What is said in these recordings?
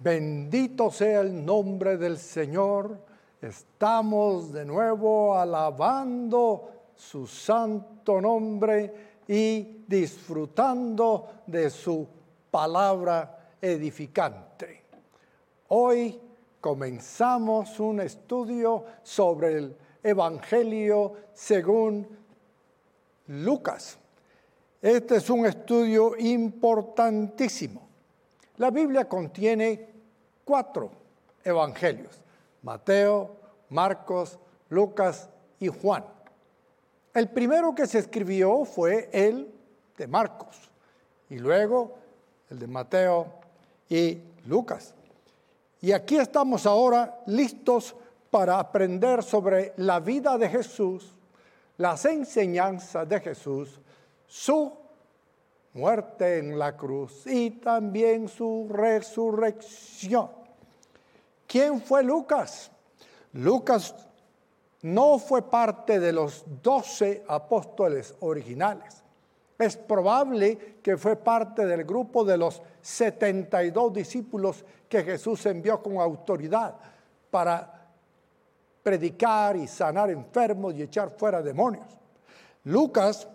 Bendito sea el nombre del Señor. Estamos de nuevo alabando su santo nombre y disfrutando de su palabra edificante. Hoy comenzamos un estudio sobre el Evangelio según Lucas. Este es un estudio importantísimo. La Biblia contiene 4 evangelios: Mateo, Marcos, Lucas y Juan. El primero que se escribió fue el de Marcos, y luego el de Mateo y Lucas. Y aquí estamos ahora listos para aprender sobre la vida de Jesús, las enseñanzas de Jesús, su muerte en la cruz y también su resurrección. ¿Quién fue Lucas? Lucas no fue parte de los 12 apóstoles originales. Es probable que fue parte del grupo de los 72 discípulos que Jesús envió con autoridad para predicar y sanar enfermos y echar fuera demonios. Lucas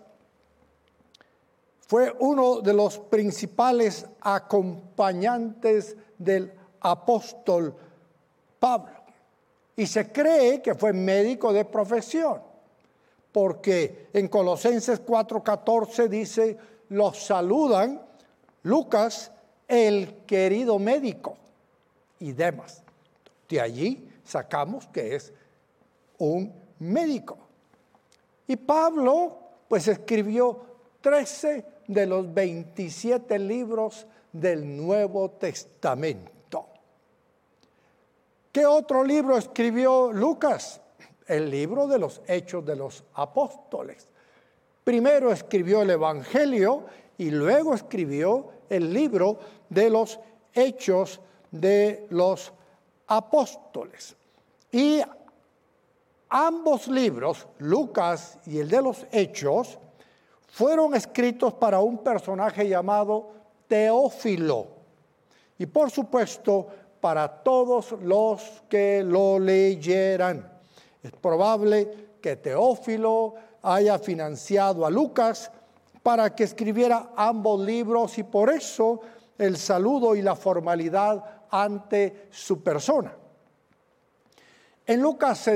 fue uno de los principales acompañantes del apóstol Pablo. Y se cree que fue médico de profesión, porque en Colosenses 4:14 dice: los saludan Lucas, el querido médico, y Demas. De allí sacamos que es un médico. Y Pablo pues escribió 13 de los 27 libros del Nuevo Testamento. ¿Qué otro libro escribió Lucas? El libro de los Hechos de los Apóstoles. Primero escribió el Evangelio y luego escribió el libro de los Hechos de los Apóstoles. Y ambos libros, Lucas y el de los Hechos, fueron escritos para un personaje llamado Teófilo. Y por supuesto, para todos los que lo leyeran. Es probable que Teófilo haya financiado a Lucas para que escribiera ambos libros, y por eso el saludo y la formalidad ante su persona. En Lucas se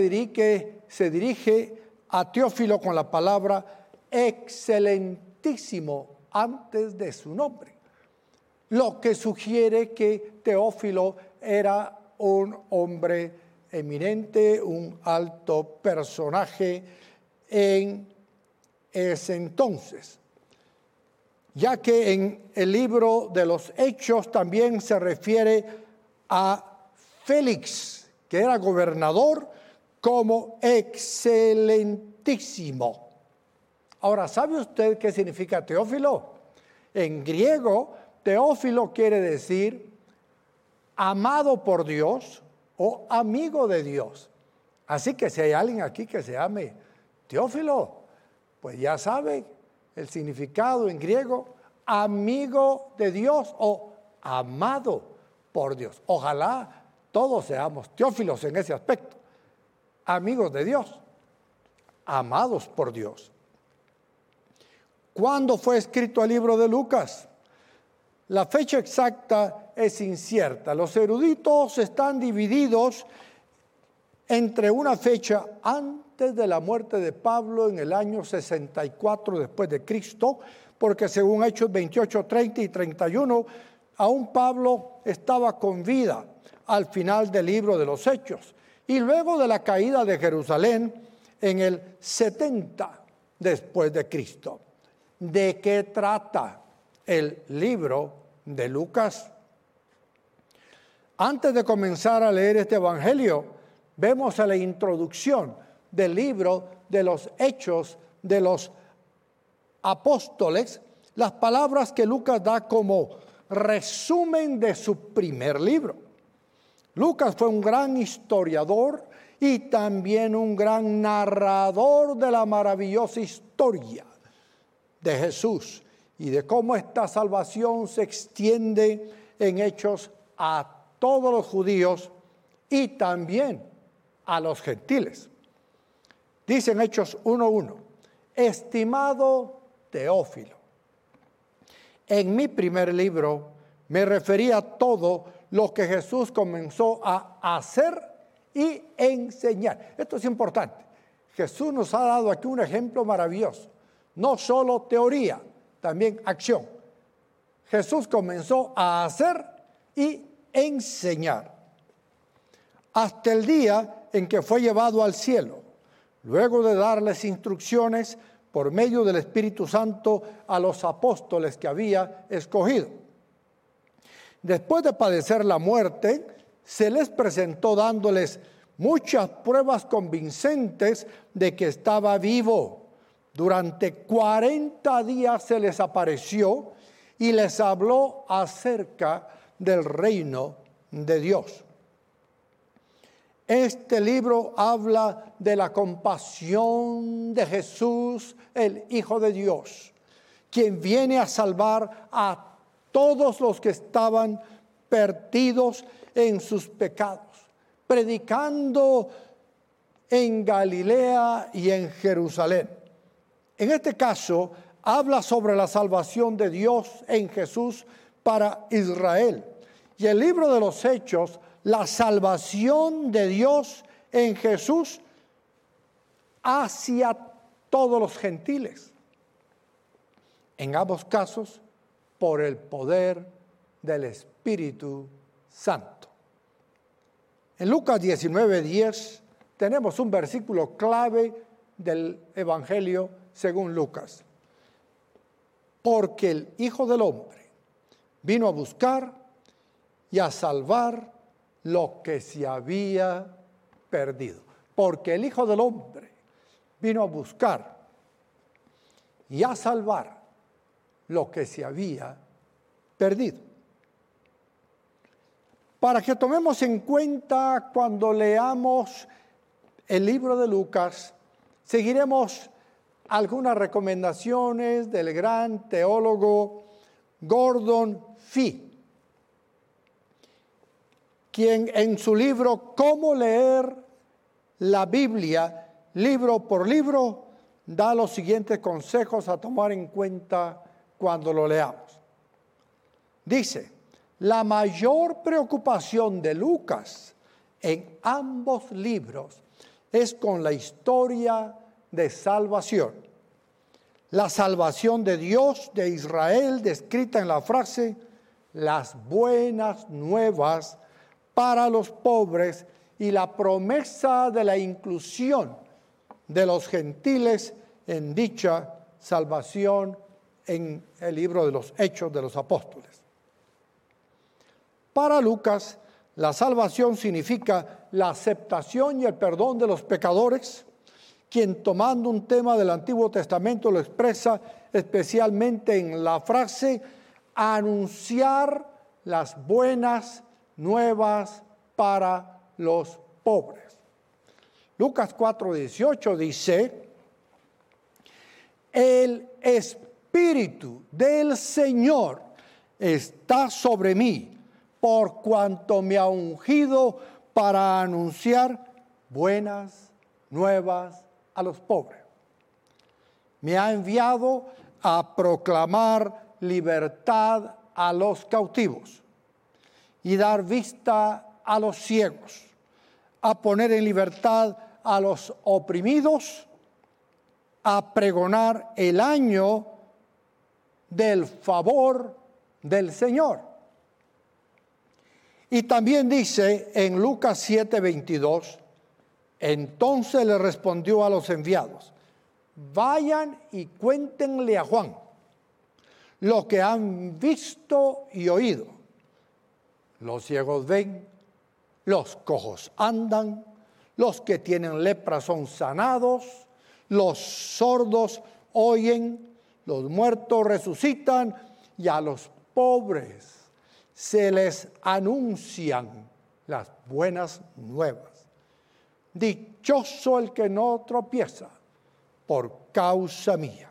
dirige a Teófilo con la palabra excelentísimo antes de su nombre, lo que sugiere que Teófilo era un hombre eminente, un alto personaje en ese entonces, ya que en el libro de los Hechos también se refiere a Félix, que era gobernador, como excelentísimo. Ahora, ¿sabe usted qué significa Teófilo? En griego, Teófilo quiere decir amado por Dios o amigo de Dios. Así que si hay alguien aquí que se llame Teófilo, pues ya sabe el significado en griego: amigo de Dios o amado por Dios. Ojalá todos seamos Teófilos en ese aspecto, amigos de Dios, amados por Dios. ¿Cuándo fue escrito el libro de Lucas? La fecha exacta es incierta. Los eruditos están divididos entre una fecha antes de la muerte de Pablo en el año 64 después de Cristo, porque según Hechos 28, 30 y 31, aún Pablo estaba con vida al final del libro de los Hechos, y luego de la caída de Jerusalén en el 70 después de Cristo. ¿De qué trata el libro de Lucas? Antes de comenzar a leer este evangelio, vemos a la introducción del libro de los Hechos de los Apóstoles las palabras que Lucas da como resumen de su primer libro. Lucas fue un gran historiador y también un gran narrador de la maravillosa historia de Jesús y de cómo esta salvación se extiende en hechos a todos los judíos y también a los gentiles. Dice en Hechos 1:1, estimado Teófilo, en mi primer libro me refería a todo lo que Jesús comenzó a hacer y enseñar. Esto es importante. Jesús nos ha dado aquí un ejemplo maravilloso. No solo teoría, también acción. Jesús comenzó a hacer y enseñar hasta el día en que fue llevado al cielo, luego de darles instrucciones por medio del Espíritu Santo a los apóstoles que había escogido. Después de padecer la muerte, se les presentó dándoles muchas pruebas convincentes de que estaba vivo. Durante 40 días se les apareció y les habló acerca del reino de Dios. Este libro habla de la compasión de Jesús, el Hijo de Dios, quien viene a salvar a todos los que estaban perdidos en sus pecados, predicando en Galilea y en Jerusalén. En este caso, habla sobre la salvación de Dios en Jesús para Israel. Y el libro de los Hechos, la salvación de Dios en Jesús hacia todos los gentiles. En ambos casos, por el poder del Espíritu Santo. En Lucas 19:10 tenemos un versículo clave del Evangelio según Lucas. Porque el Hijo del Hombre vino a buscar y a salvar lo que se había perdido. Porque el Hijo del Hombre vino a buscar y a salvar lo que se había perdido. Para que tomemos en cuenta cuando leamos el libro de Lucas, seguiremos algunas recomendaciones del gran teólogo Gordon Fee, quien en su libro Cómo leer la Biblia, libro por libro, da los siguientes consejos a tomar en cuenta cuando lo leamos. Dice, la mayor preocupación de Lucas en ambos libros es con la historia de salvación. La salvación de Dios de Israel, descrita en la frase, las buenas nuevas para los pobres, y la promesa de la inclusión de los gentiles en dicha salvación en el libro de los Hechos de los Apóstoles. Para Lucas, la salvación significa la aceptación y el perdón de los pecadores, quien tomando un tema del Antiguo Testamento lo expresa especialmente en la frase anunciar las buenas nuevas para los pobres. Lucas 4:18 dice, el Espíritu del Señor está sobre mí, por cuanto me ha ungido para anunciar buenas nuevas a los pobres. Me ha enviado a proclamar libertad a los cautivos y dar vista a los ciegos, a poner en libertad a los oprimidos, a pregonar el año del favor del Señor. Y también dice en Lucas 7:22, entonces le respondió a los enviados, vayan y cuéntenle a Juan lo que han visto y oído. Los ciegos ven, los cojos andan, los que tienen lepra son sanados, los sordos oyen, los muertos resucitan y a los pobres se les anuncian las buenas nuevas. Dichoso el que no tropieza por causa mía.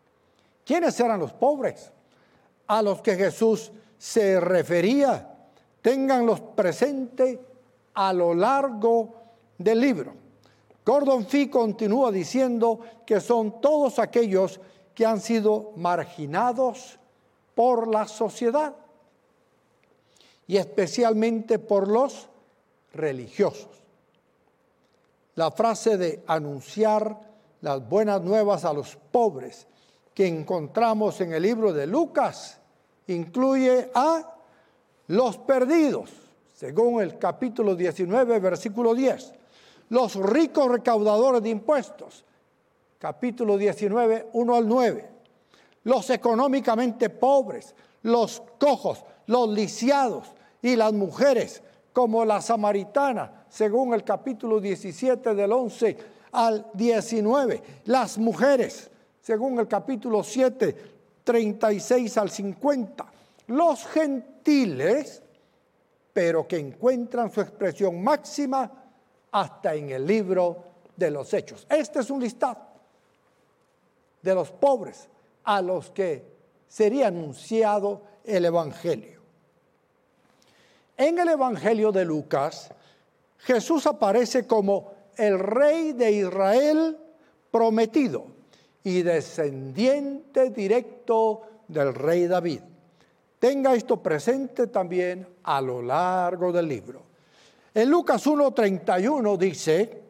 ¿Quiénes eran los pobres a los que Jesús se refería Ténganlos presentes a lo largo del libro. Gordon Fee continúa diciendo que son todos aquellos que han sido marginados por la sociedad y especialmente por los religiosos. La frase de anunciar las buenas nuevas a los pobres que encontramos en el libro de Lucas incluye a los perdidos, según el capítulo 19, versículo 10. Los ricos recaudadores de impuestos, capítulo 19, 1 al 9. Los económicamente pobres, los cojos, los lisiados y las mujeres, como la samaritana, según el capítulo 17 del 11 al 19. Las mujeres, según el capítulo 7, 36 al 50. Los gentiles, pero que encuentran su expresión máxima hasta en el libro de los Hechos. Este es un listado de los pobres a los que sería anunciado el Evangelio. En el Evangelio de Lucas, Jesús aparece como el rey de Israel prometido y descendiente directo del rey David. Tenga esto presente también a lo largo del libro. En Lucas 1:31 dice: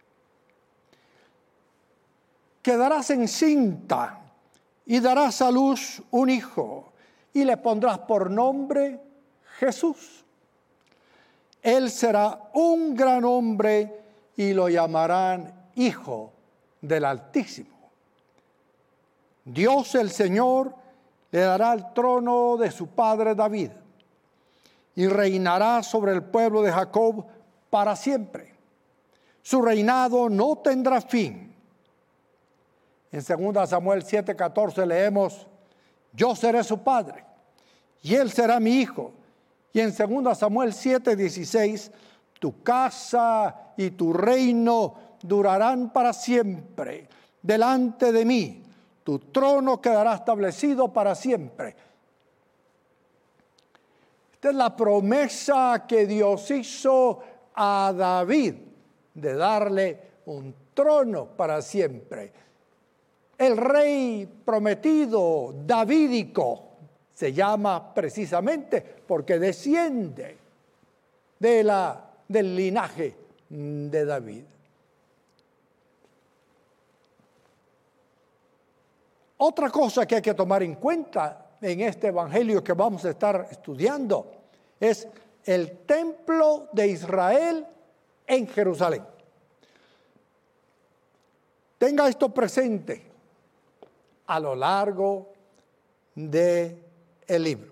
quedarás encinta y darás a luz un hijo y le pondrás por nombre Jesús. Él será un gran hombre y lo llamarán Hijo del Altísimo. Dios el Señor le dará el trono de su padre David y reinará sobre el pueblo de Jacob para siempre. Su reinado no tendrá fin. En 2 Samuel 7:14 leemos: yo seré su padre y él será mi hijo. Y en 2 Samuel 7:16, tu casa y tu reino durarán para siempre delante de mí. Tu trono quedará establecido para siempre. Esta es la promesa que Dios hizo a David de darle un trono para siempre. El rey prometido davídico se llama precisamente porque desciende del linaje de David. Otra cosa que hay que tomar en cuenta en este evangelio que vamos a estar estudiando es el templo de Israel en Jerusalén. Tenga esto presente a lo largo del libro.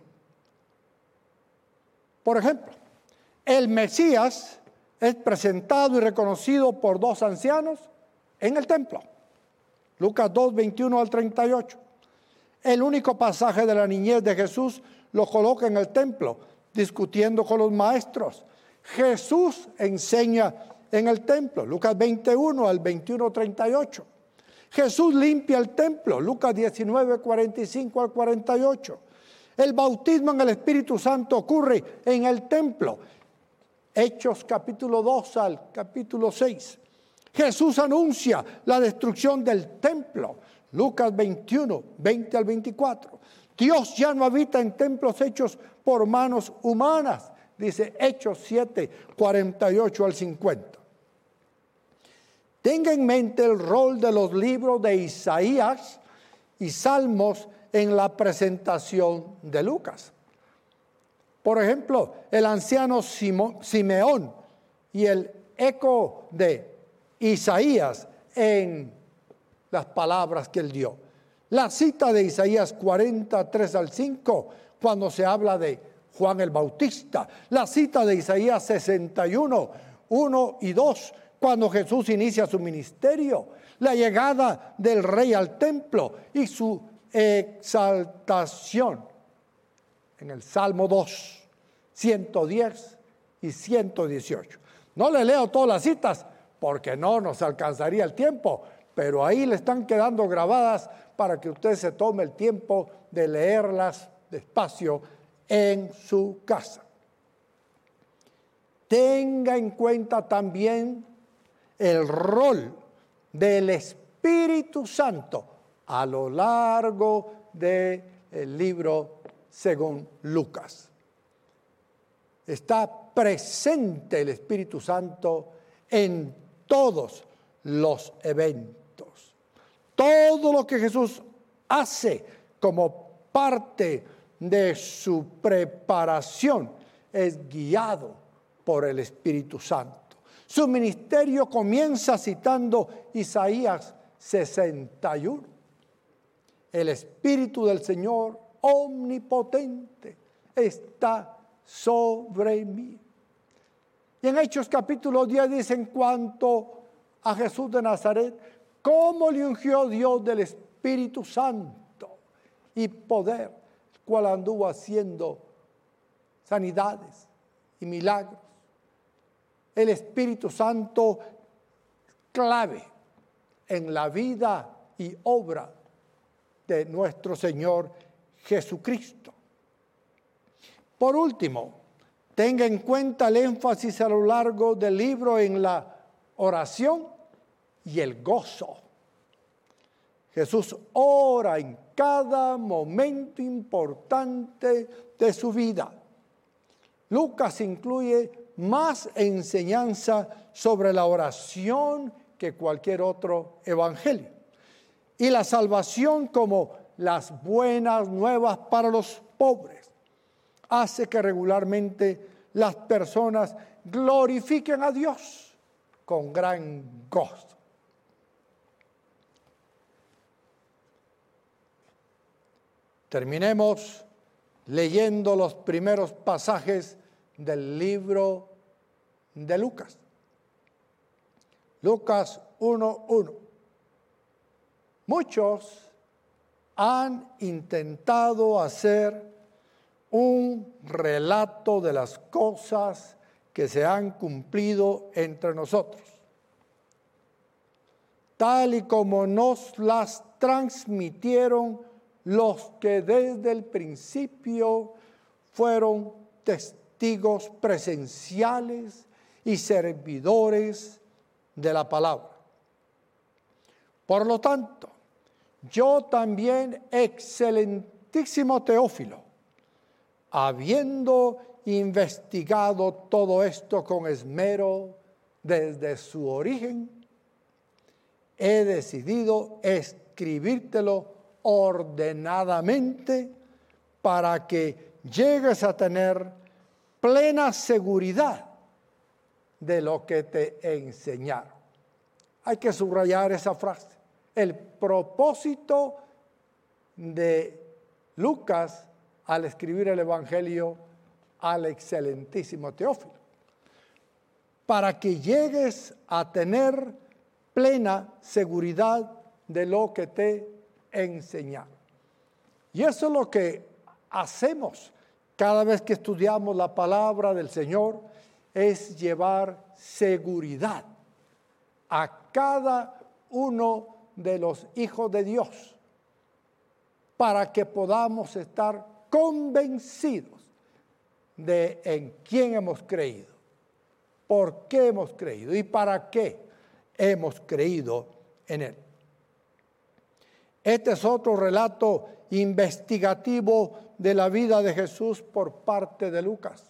Por ejemplo, el Mesías es presentado y reconocido por dos ancianos en el templo. Lucas 2, 21 al 38. El único pasaje de la niñez de Jesús lo coloca en el templo, discutiendo con los maestros. Jesús enseña en el templo, Lucas 21 al 21, 38. Jesús limpia el templo, Lucas 19, 45 al 48. El bautismo en el Espíritu Santo ocurre en el templo, Hechos capítulo 2 al capítulo 6. Jesús anuncia la destrucción del templo, Lucas 21, 20 al 24. Dios ya no habita en templos hechos por manos humanas, dice Hechos 7, 48 al 50. Tenga en mente el rol de los libros de Isaías y Salmos en la presentación de Lucas. Por ejemplo, el anciano Simeón y el eco de Isaías en las palabras que él dio. La cita de Isaías 43 al 5, cuando se habla de Juan el Bautista. La cita de Isaías 61, 1 y 2, cuando Jesús inicia su ministerio. La llegada del rey al templo y su exaltación. En el Salmo 2, 110 y 118. No le leo todas las citas porque no nos alcanzaría el tiempo, pero ahí le están quedando grabadas para que usted se tome el tiempo de leerlas despacio en su casa. tenga en cuenta también el rol del Espíritu Santo a lo largo del libro según Lucas. Está presente el Espíritu Santo en todos los eventos. Todo lo que Jesús hace como parte de su preparación es guiado por el Espíritu Santo. Su ministerio comienza citando Isaías 61. El Espíritu del Señor omnipotente está sobre mí. Y en Hechos capítulo 10 dice en cuanto a Jesús de Nazaret, cómo le ungió Dios del Espíritu Santo y poder, el cual anduvo haciendo sanidades y milagros. El Espíritu Santo clave en la vida y obra de nuestro Señor Jesucristo. Por último, tenga en cuenta el énfasis a lo largo del libro en la oración y el gozo. Jesús ora en cada momento importante de su vida. Lucas incluye más enseñanza sobre la oración que cualquier otro evangelio. Y la salvación como las buenas nuevas para los pobres hace que regularmente las personas glorifiquen a Dios con gran gozo. Terminemos leyendo los primeros pasajes del libro de Lucas. Lucas 1:1. Muchos han intentado hacer un relato de las cosas que se han cumplido entre nosotros, tal y como nos las transmitieron los que desde el principio fueron testigos presenciales y servidores de la palabra. Por lo tanto, yo también, excelentísimo Teófilo, habiendo investigado todo esto con esmero desde su origen, he decidido escribírtelo ordenadamente para que llegues a tener plena seguridad de lo que te enseñaron. Hay que subrayar esa frase. El propósito de Lucas al escribir el Evangelio al excelentísimo Teófilo, para que llegues a tener plena seguridad de lo que te enseñaron. Y eso es lo que hacemos cada vez que estudiamos la palabra del Señor, es llevar seguridad a cada uno de los hijos de Dios, para que podamos estar convencidos de en quién hemos creído, por qué hemos creído y para qué hemos creído en Él. Este es otro relato investigativo de la vida de Jesús por parte de Lucas.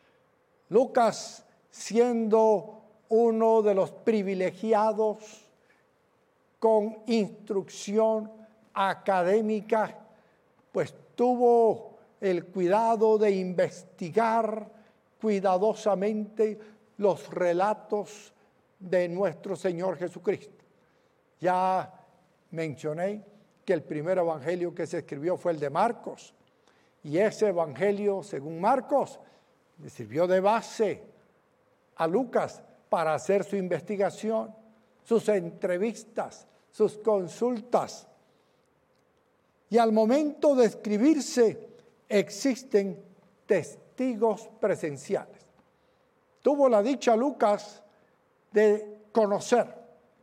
Lucas, siendo uno de los privilegiados con instrucción académica, pues tuvo el cuidado de investigar cuidadosamente los relatos de nuestro Señor Jesucristo. Ya mencioné que el primer evangelio que se escribió fue el de Marcos, y ese evangelio, según Marcos, le sirvió de base a Lucas para hacer su investigación, sus entrevistas, sus consultas. Y al momento de escribirse existen testigos presenciales. Tuvo la dicha Lucas de conocer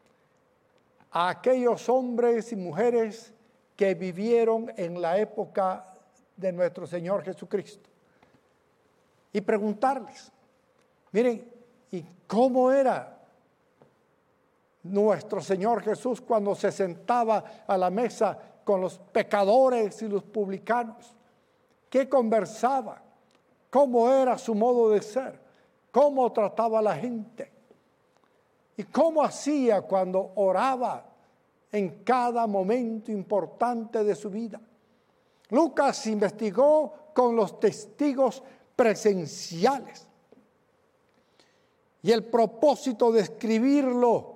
a aquellos hombres y mujeres que vivieron en la época de nuestro Señor Jesucristo y preguntarles Miren, ¿y cómo era nuestro Señor Jesús cuando se sentaba a la mesa con los pecadores y los publicanos? ¿Qué conversaba? ¿Cómo era su modo de ser? ¿Cómo trataba a la gente? ¿Y cómo hacía cuando oraba en cada momento importante de su vida? Lucas investigó con los testigos presenciales. Y el propósito de escribirlo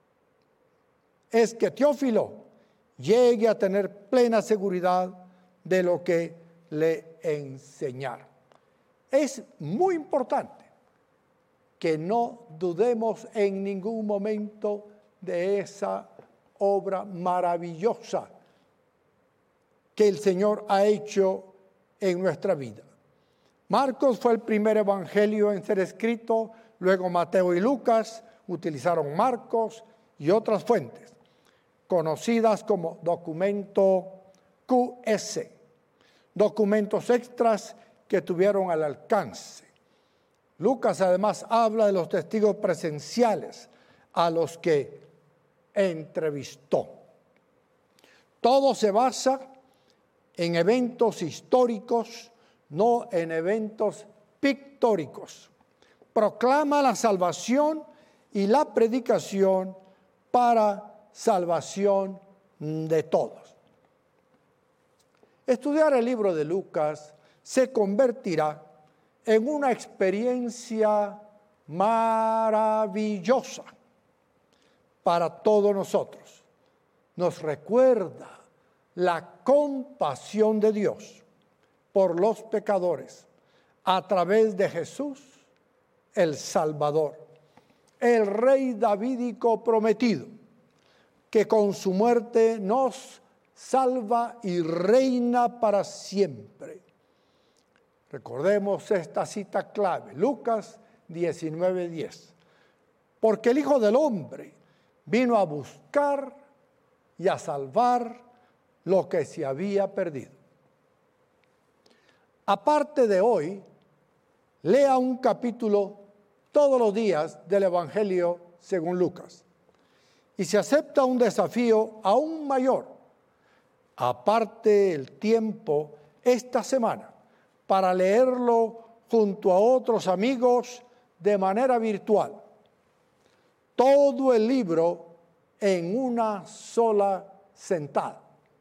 es que Teófilo llegue a tener plena seguridad de lo que le enseñaron. Es muy importante que no dudemos en ningún momento de esa obra maravillosa que el Señor ha hecho en nuestra vida. Marcos fue el primer evangelio en ser escrito, luego Mateo y Lucas utilizaron Marcos y otras fuentes, conocidas como documento QS, documentos extras que tuvieron al alcance. Lucas además habla de los testigos presenciales a los que entrevistó. Todo se basa en eventos históricos, no en eventos pictóricos. Proclama la salvación y la predicación para salvación de todos. Estudiar el libro de Lucas se convertirá en una experiencia maravillosa para todos nosotros. Nos recuerda la compasión de Dios por los pecadores a través de Jesús, el Salvador, el Rey davídico prometido, que con su muerte nos salva y reina para siempre. Recordemos esta cita clave, Lucas 19:10. Porque el Hijo del Hombre vino a buscar y a salvar lo que se había perdido. Aparte de hoy, lea un capítulo todos los días del Evangelio según Lucas. Y se acepta un desafío aún mayor. Aparte el tiempo esta semana para leerlo junto a otros amigos de manera virtual. Todo el libro en una sola sentada.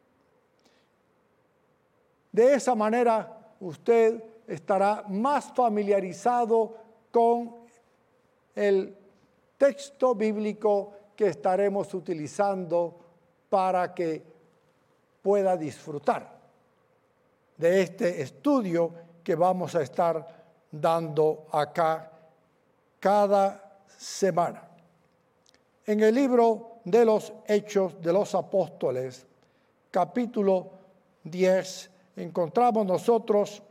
De esa manera usted estará más familiarizado con el texto bíblico que estaremos utilizando para que pueda disfrutar de este estudio que vamos a estar dando acá cada semana. En el libro de los Hechos de los Apóstoles, capítulo 10, encontramos nosotros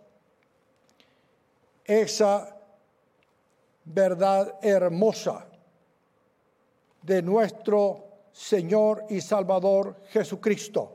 esa verdad hermosa de nuestro Señor y Salvador Jesucristo.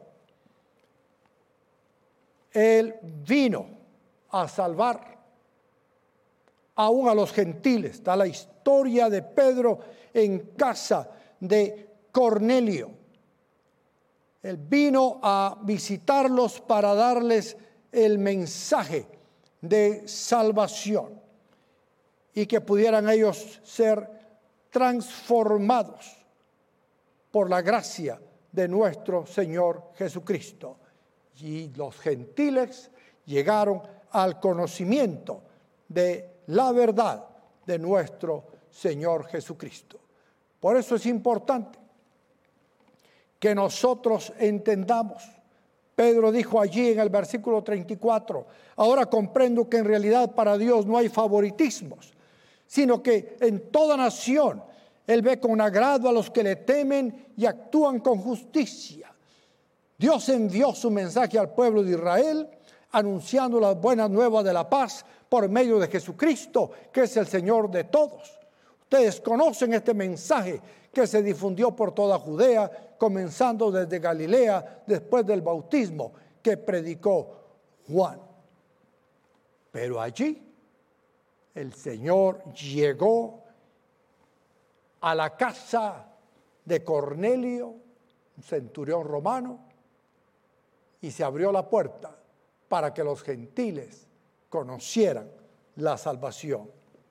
Él vino a salvar aún a los gentiles. Está la historia de Pedro en casa de Cornelio. Él vino a visitarlos para darles el mensaje de salvación y que pudieran ellos ser transformados por la gracia de nuestro Señor Jesucristo. Y los gentiles llegaron al conocimiento de la verdad de nuestro Señor Jesucristo. Por eso es importante que nosotros entendamos. Pedro dijo allí en el versículo 34, ahora comprendo que en realidad para Dios no hay favoritismos, sino que en toda nación Él ve con agrado a los que le temen y actúan con justicia. Dios envió su mensaje al pueblo de Israel, anunciando las buenas nuevas de la paz por medio de Jesucristo, que es el Señor de todos. Ustedes conocen este mensaje que se difundió por toda Judea, comenzando desde Galilea, después del bautismo que predicó Juan. Pero allí, el Señor llegó a la casa de Cornelio, un centurión romano, y se abrió la puerta para que los gentiles conocieran la salvación.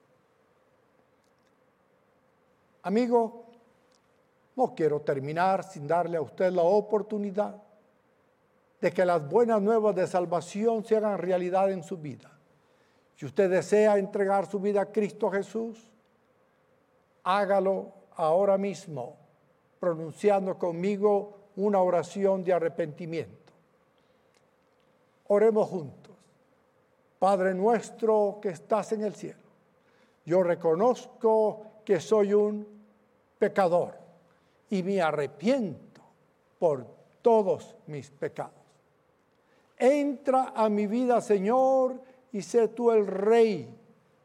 Amigo, no quiero terminar sin darle a usted la oportunidad de que las buenas nuevas de salvación se hagan realidad en su vida. Si usted desea entregar su vida a Cristo Jesús, hágalo ahora mismo, pronunciando conmigo una oración de arrepentimiento. Oremos juntos. Padre nuestro que estás en el cielo, yo reconozco que soy un pecador y me arrepiento por todos mis pecados. Entra a mi vida, Señor, y sé tú el Rey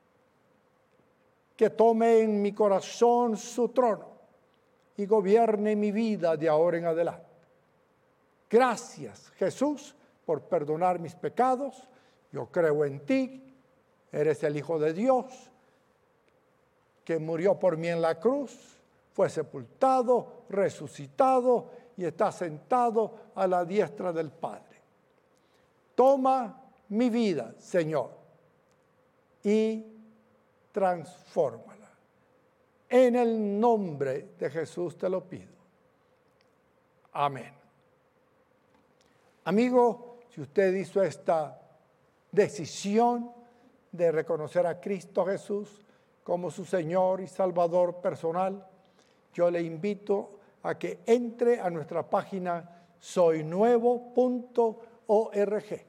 que tome en mi corazón su trono y gobierne mi vida de ahora en adelante. Gracias, Jesús, por perdonar mis pecados. Yo creo en ti, eres el Hijo de Dios, que murió por mí en la cruz, fue sepultado, resucitado y está sentado a la diestra del Padre. Toma mi vida, Señor, y transfórmala. En el nombre de Jesús te lo pido. Amén. Amigo, si usted hizo esta decisión de reconocer a Cristo Jesús como su Señor y Salvador personal, yo le invito a que entre a nuestra página soynuevo.org.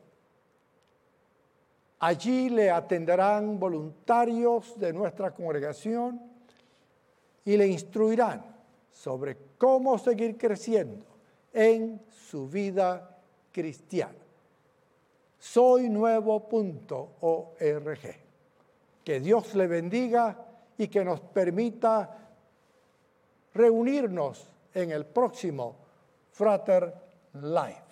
Allí le atenderán voluntarios de nuestra congregación y le instruirán sobre cómo seguir creciendo en su vida cristiana. Soynuevo.org. Que Dios le bendiga y que nos permita reunirnos en el próximo Frater Live.